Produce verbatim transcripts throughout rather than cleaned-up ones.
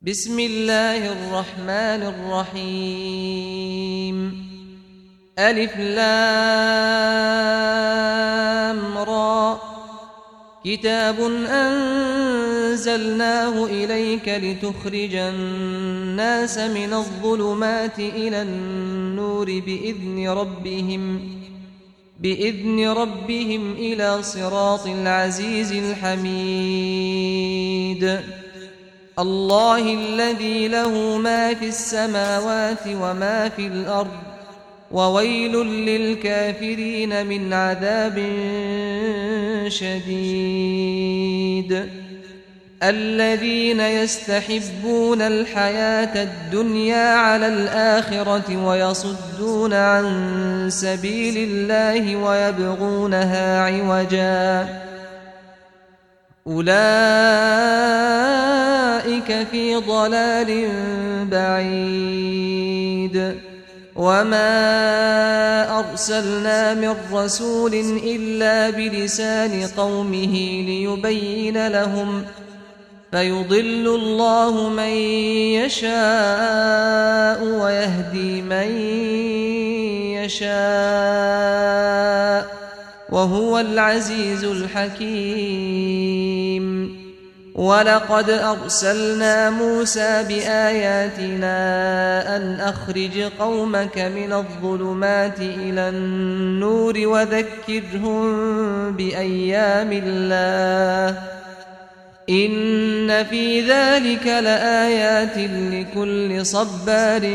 بسم الله الرحمن الرحيم. ألف لام را. كتاب أنزلناه إليك لتخرج الناس من الظلمات إلى النور بإذن ربهم بإذن ربهم إلى صراط العزيز الحميد. الله الذي له ما في السماوات وما في الأرض وويل للكافرين من عذاب شديد. الذين يستحبون الحياة الدنيا على الآخرة ويصدون عن سبيل الله ويبغونها عوجا أولئك في ضلال بعيد. وما أرسلنا من رسول إلا بلسان قومه ليبين لهم فيضل الله من يشاء ويهدي من يشاء وهو العزيز الحكيم. ولقد أرسلنا موسى بآياتنا أن أخرج قومك من الظلمات إلى النور وذكرهم بأيام الله إن في ذلك لآيات لكل صبار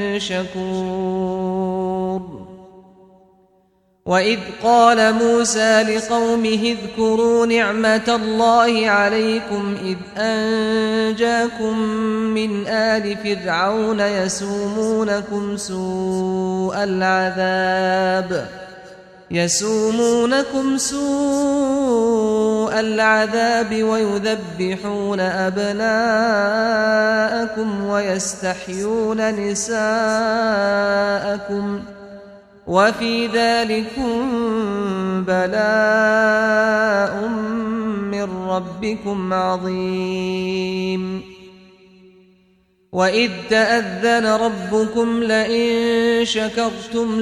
شكور. وإذ قال موسى لقومه اذكروا نعمة الله عليكم إذ أنجاكم من آل فرعون يسومونكم سوء العذاب يسومونكم سوء العذاب ويذبحون أبناءكم ويستحيون نساءكم وفي ذلكم بلاء من ربكم عظيم. وإذ تأذن ربكم لئن شكرتم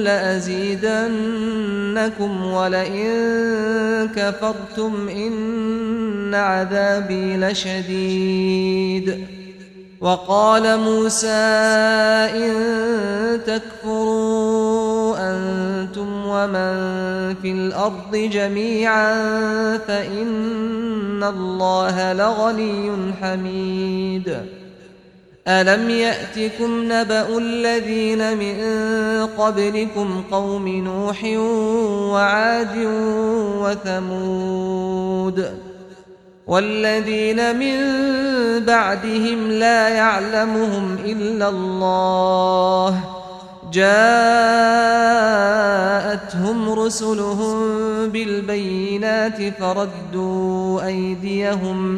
لأزيدنكم ولئن كفرتم إن عذابي لشديد. وقال موسى إن تكفروا أنتم ومن في الأرض جميعا فإن الله لغني حميد. ألم يأتكم نبأ الذين من قبلكم قوم نوح وعاد وثمود والذين من بعدهم لا يعلمهم إلا الله جاءتهم رسلهم بالبينات فردوا أيديهم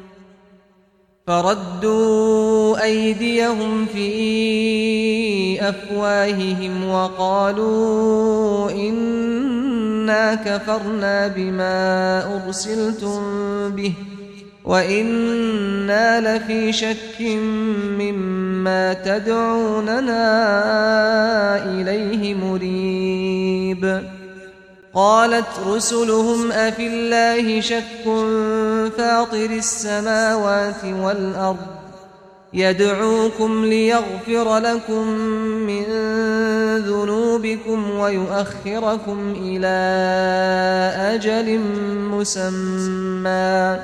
فردوا أيديهم في أفواههم وقالوا إنا كفرنا بما أرسلتم به وإنا لفي شك مما تدعوننا إليه مريب. قالت رسلهم أفي الله شك فاطر السماوات والأرض يدعوكم ليغفر لكم من ذنوبكم ويؤخركم إلى أجل مسمى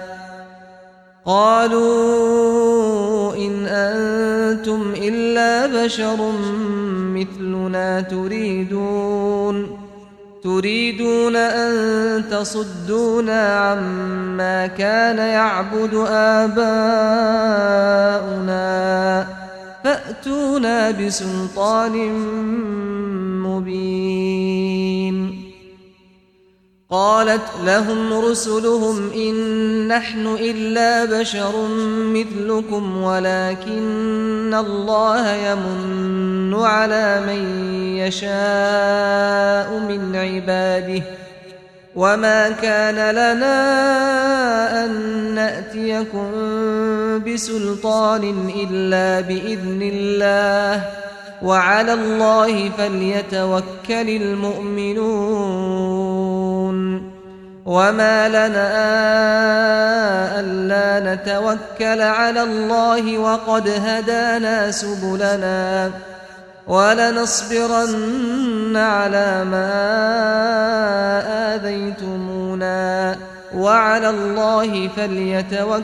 قالوا إن أنتم إلا بشر مثلنا تريدون تريدون أن تصدونا عما كان يعبد آباؤنا فأتونا بسلطان مبين. قالت لهم رسلهم إن نحن إلا بشر مثلكم ولكن الله يمن على من يشاء من عباده وما كان لنا أن نأتيكم بسلطان إلا بإذن الله وعلى الله فليتوكل المؤمنون وما لنا ألا نتوكل على الله وقد هدانا سبلنا ولنصبرن على ما آذيتمونا وعلى الله فليتوكل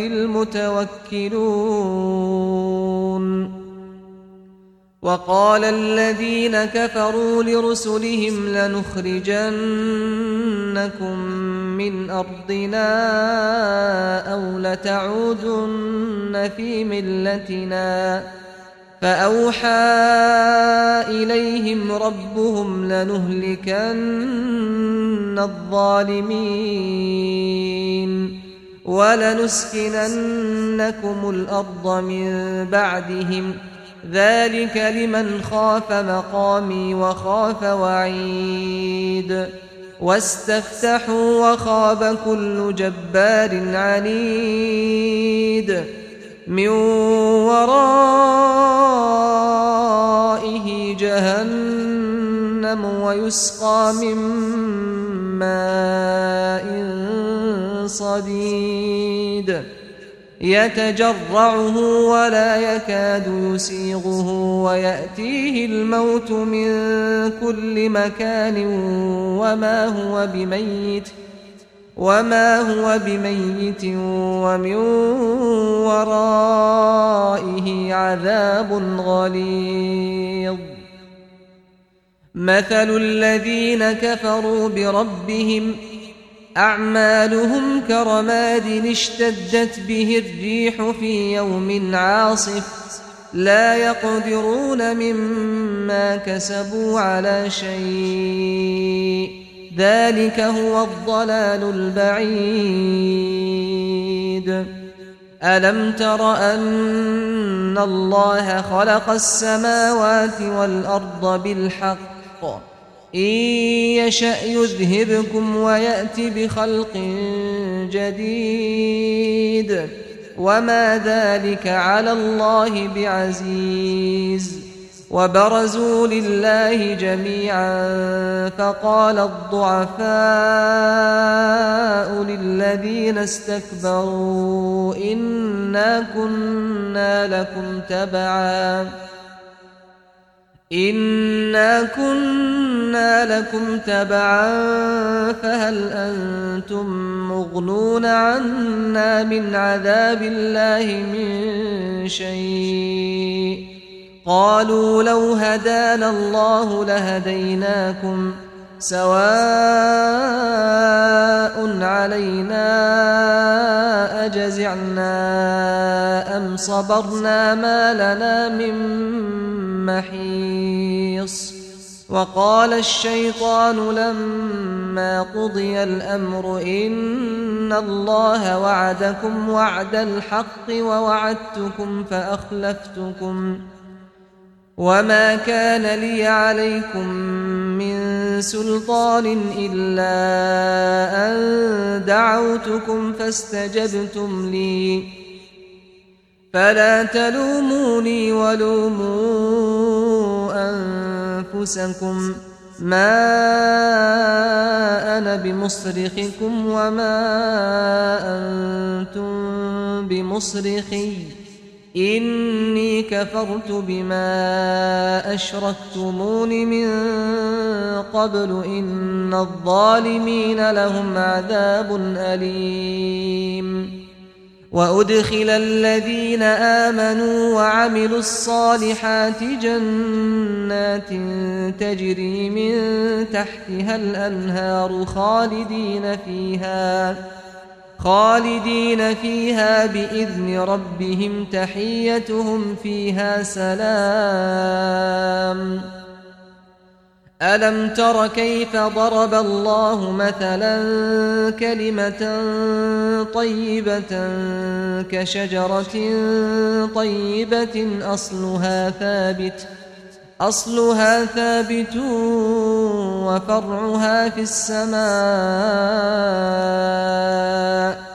المتوكلون وقال الذين كفروا لرسلهم لنخرجنكم من أرضنا أو لتعودن في ملتنا فأوحى إليهم ربهم لنهلكن الظالمين ولنسكننكم الأرض من بعدهم ذلك لمن خاف مقامي وخاف وعيد واستفتحوا وخاب كل جبار عنيد من ورائه جهنم ويسقى من ماء صديد يتجرعه ولا يكاد يسيغه ويأتيه الموت من كل مكان وما هو بميت وما هو بميت ومن ورائه عذاب غليظ مثل الذين كفروا بربهم أعمالهم كرماد اشتدت به الريح في يوم عاصف لا يقدرون مما كسبوا على شيء ذلك هو الضلال البعيد ألم تر أن الله خلق السماوات والأرض بالحق إن يشأ يذهبكم ويأت بخلق جديد وما ذلك على الله بعزيز وبرزوا لله جميعا فقال الضعفاء للذين استكبروا إنا كنا لكم تبعا إنا كنا لكم تبعا فهل أنتم مغنون عنا من عذاب الله من شيء قالوا لو هدانا الله لهديناكم سواء علينا أجزعنا أم صبرنا ما لنا من محيص وقال الشيطان لما قضي الأمر إن الله وعدكم وعد الحق ووعدتكم فأخلفتكم وما كان لي عليكم من سلطان إلا أن دعوتكم فاستجبتم لي فلا تلوموني ولوموا أنفسكم ما أنا بمصرخكم وما أنتم بمصرخي إني كفرت بما أشركتمون من قبل إن الظالمين لهم عذاب أليم وأدخل الذين آمنوا وعملوا الصالحات جنات تجري من تحتها الأنهار خالدين فيها خالدين فيها بإذن ربهم تحيتهم فيها سلام ألم تر كيف ضرب الله مثلا كلمة طيبة كشجرة طيبة أصلها ثابت أصلها ثابت وفرعها في السماء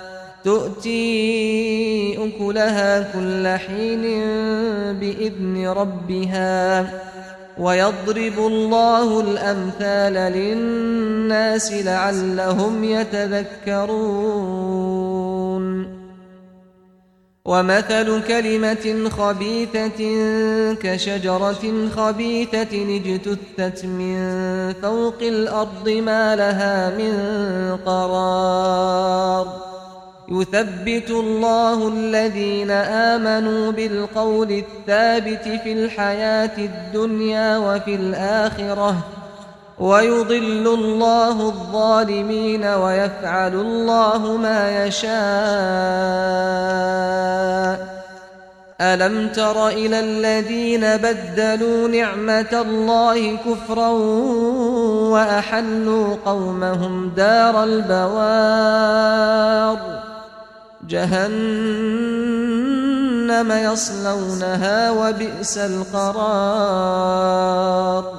تؤتي أكلها كل حين بإذن ربها ويضرب الله الأمثال للناس لعلهم يتذكرون ومثل كلمة خبيثة كشجرة خبيثة اجتثت من فوق الأرض ما لها من قرار يثبت الله الذين آمنوا بالقول الثابت في الحياة الدنيا وفي الآخرة ويضل الله الظالمين ويفعل الله ما يشاء ألم تر إلى الذين بدلوا نعمة الله كفرا وأحلوا قومهم دار البوار جهنم يصلونها وبئس القرار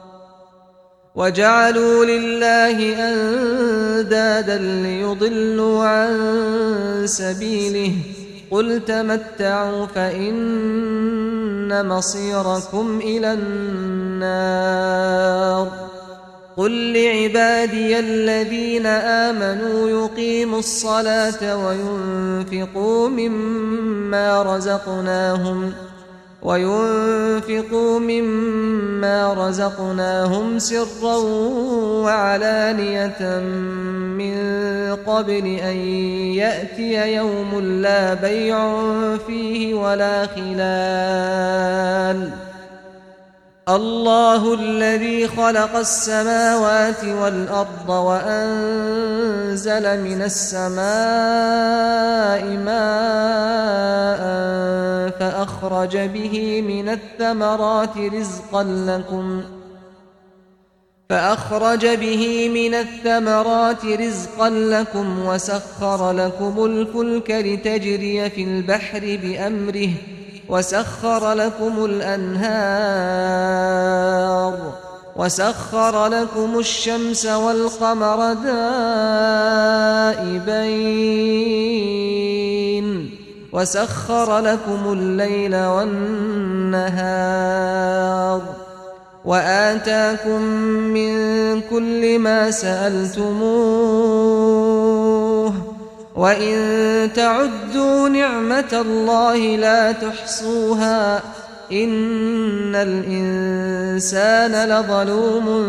وجعلوا لله أندادا ليضلوا عن سبيله قل تمتعوا فإن مصيركم إلى النار قل لعبادي الذين آمنوا يقيموا الصلاة وينفقوا مما رزقناهم وينفقوا مما رزقناهم سرا وعلانية من قبل أن يأتي يوم لا بيع فيه ولا خلال الله الذي خلق السماوات والأرض وأنزل من السماء ماء فأخرج به من الثمرات رزقا لكم فأخرج به من الثمرات رزقا لكم وسخر لكم الفلك لتجري في البحر بأمره وسخر لكم الأنهار وسخر لكم الشمس والقمر دائبين وسخر لكم الليل والنهار وآتاكم من كل ما سألتموه وإن تعدوا نعمة الله لا تحصوها إن الإنسان لظلوم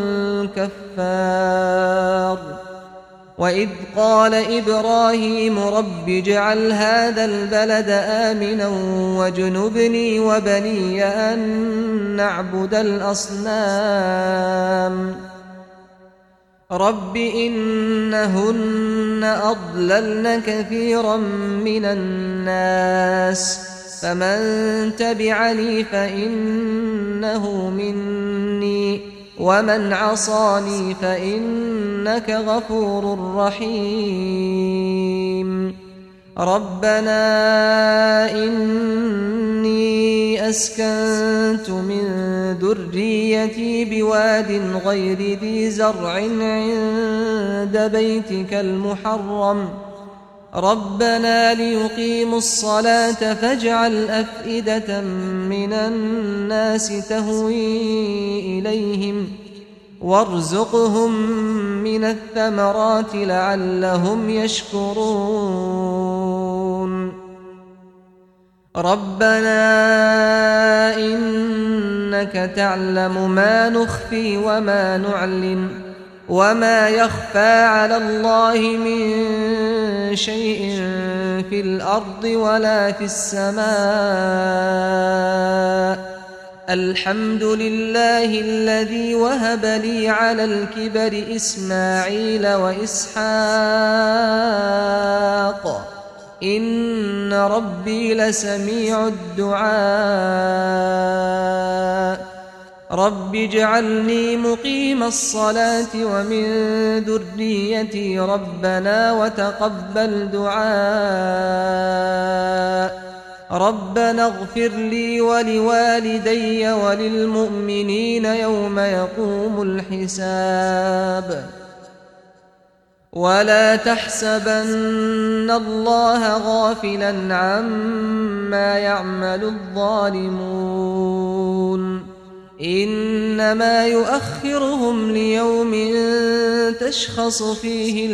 كفار وإذ قال إبراهيم رب اجعل هذا البلد آمنا واجنبني وبني أن نعبد الأصنام رب إنهن أضللن كثيرا من الناس فمن تبعني فإنه مني ومن عصاني فإنك غفور رحيم ربنا إني أسكنت من ذريتي بواد غير ذي زرع عند بيتك المحرم ربنا ليقيموا الصلاة فاجعل أفئدة من الناس تهوي إليهم وارزقهم من الثمرات لعلهم يشكرون ربنا إنك تعلم ما نخفي وما نعلن وما يخفى على الله من شيء في الأرض ولا في السماء الحمد لله الذي وهب لي على الكبر إسماعيل وإسحاق إن ربي لسميع الدعاء رب اجعلني مقيم الصلاة ومن ذريتي ربنا وتقبل دعاء ربنا اغفر لي ولوالدي وللمؤمنين يوم يقوم الحساب ولا تحسبن الله غافلا عما يعمل الظالمون إنما يؤخرهم ليوم تشخص فيه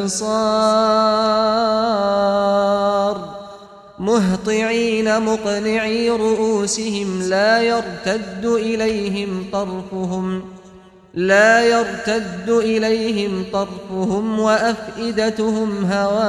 الأبصار مهطعين مقنعي رؤوسهم لا يرتد إليهم طرفهم لا يرتد إليهم طرفهم وأفئدتهم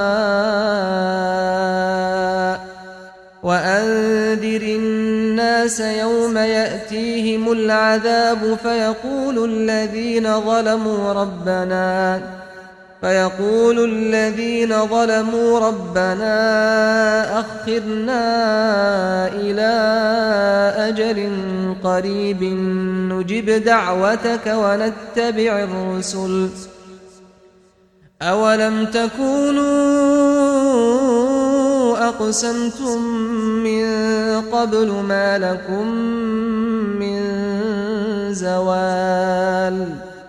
هواء وأنذر الناس يوم يأتيهم العذاب فيقول الذين ظلموا ربنا فيقول الذين ظلموا ربنا أخرنا إلى أجل قريب نجب دعوتك ونتبع الرسل أولم تكونوا أقسمتم من قبل ما لكم من زوال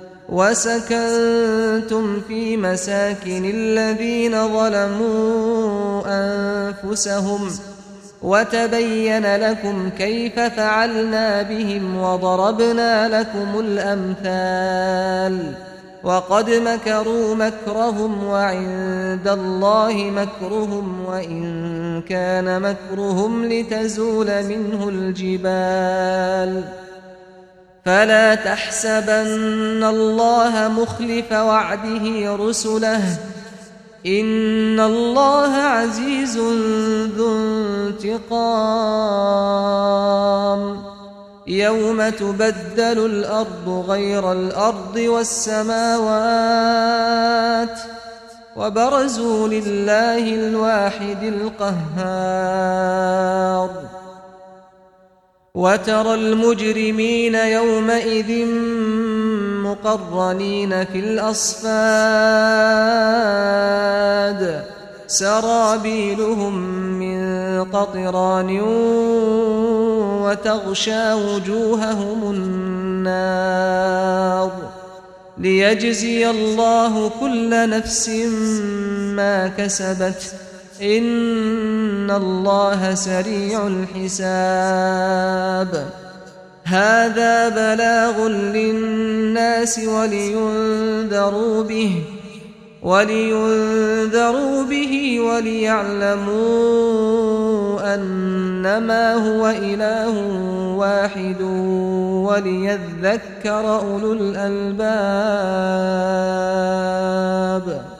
وسكنتم في مساكن الذين ظلموا أنفسهم وتبين لكم كيف فعلنا بهم وضربنا لكم الأمثال وقد مكروا مكرهم وعند الله مكرهم وإن كان مكرهم لتزول منه الجبال فلا تحسبن الله مخلف وعده رسله إن الله عزيز ذو انتقام يوم تبدل الأرض غير الأرض والسماوات وبرزوا لله الواحد القهار وترى المجرمين يومئذ مقرنين في الأصفاد سرابيلهم من قطران وتغشى وجوههم النار ليجزي الله كل نفس ما كسبت إن الله سريع الحساب هذا بلاغ للناس ولينذروا به ولينذروا به وليعلموا أنما هو إله واحد وليذكر أولو الألباب.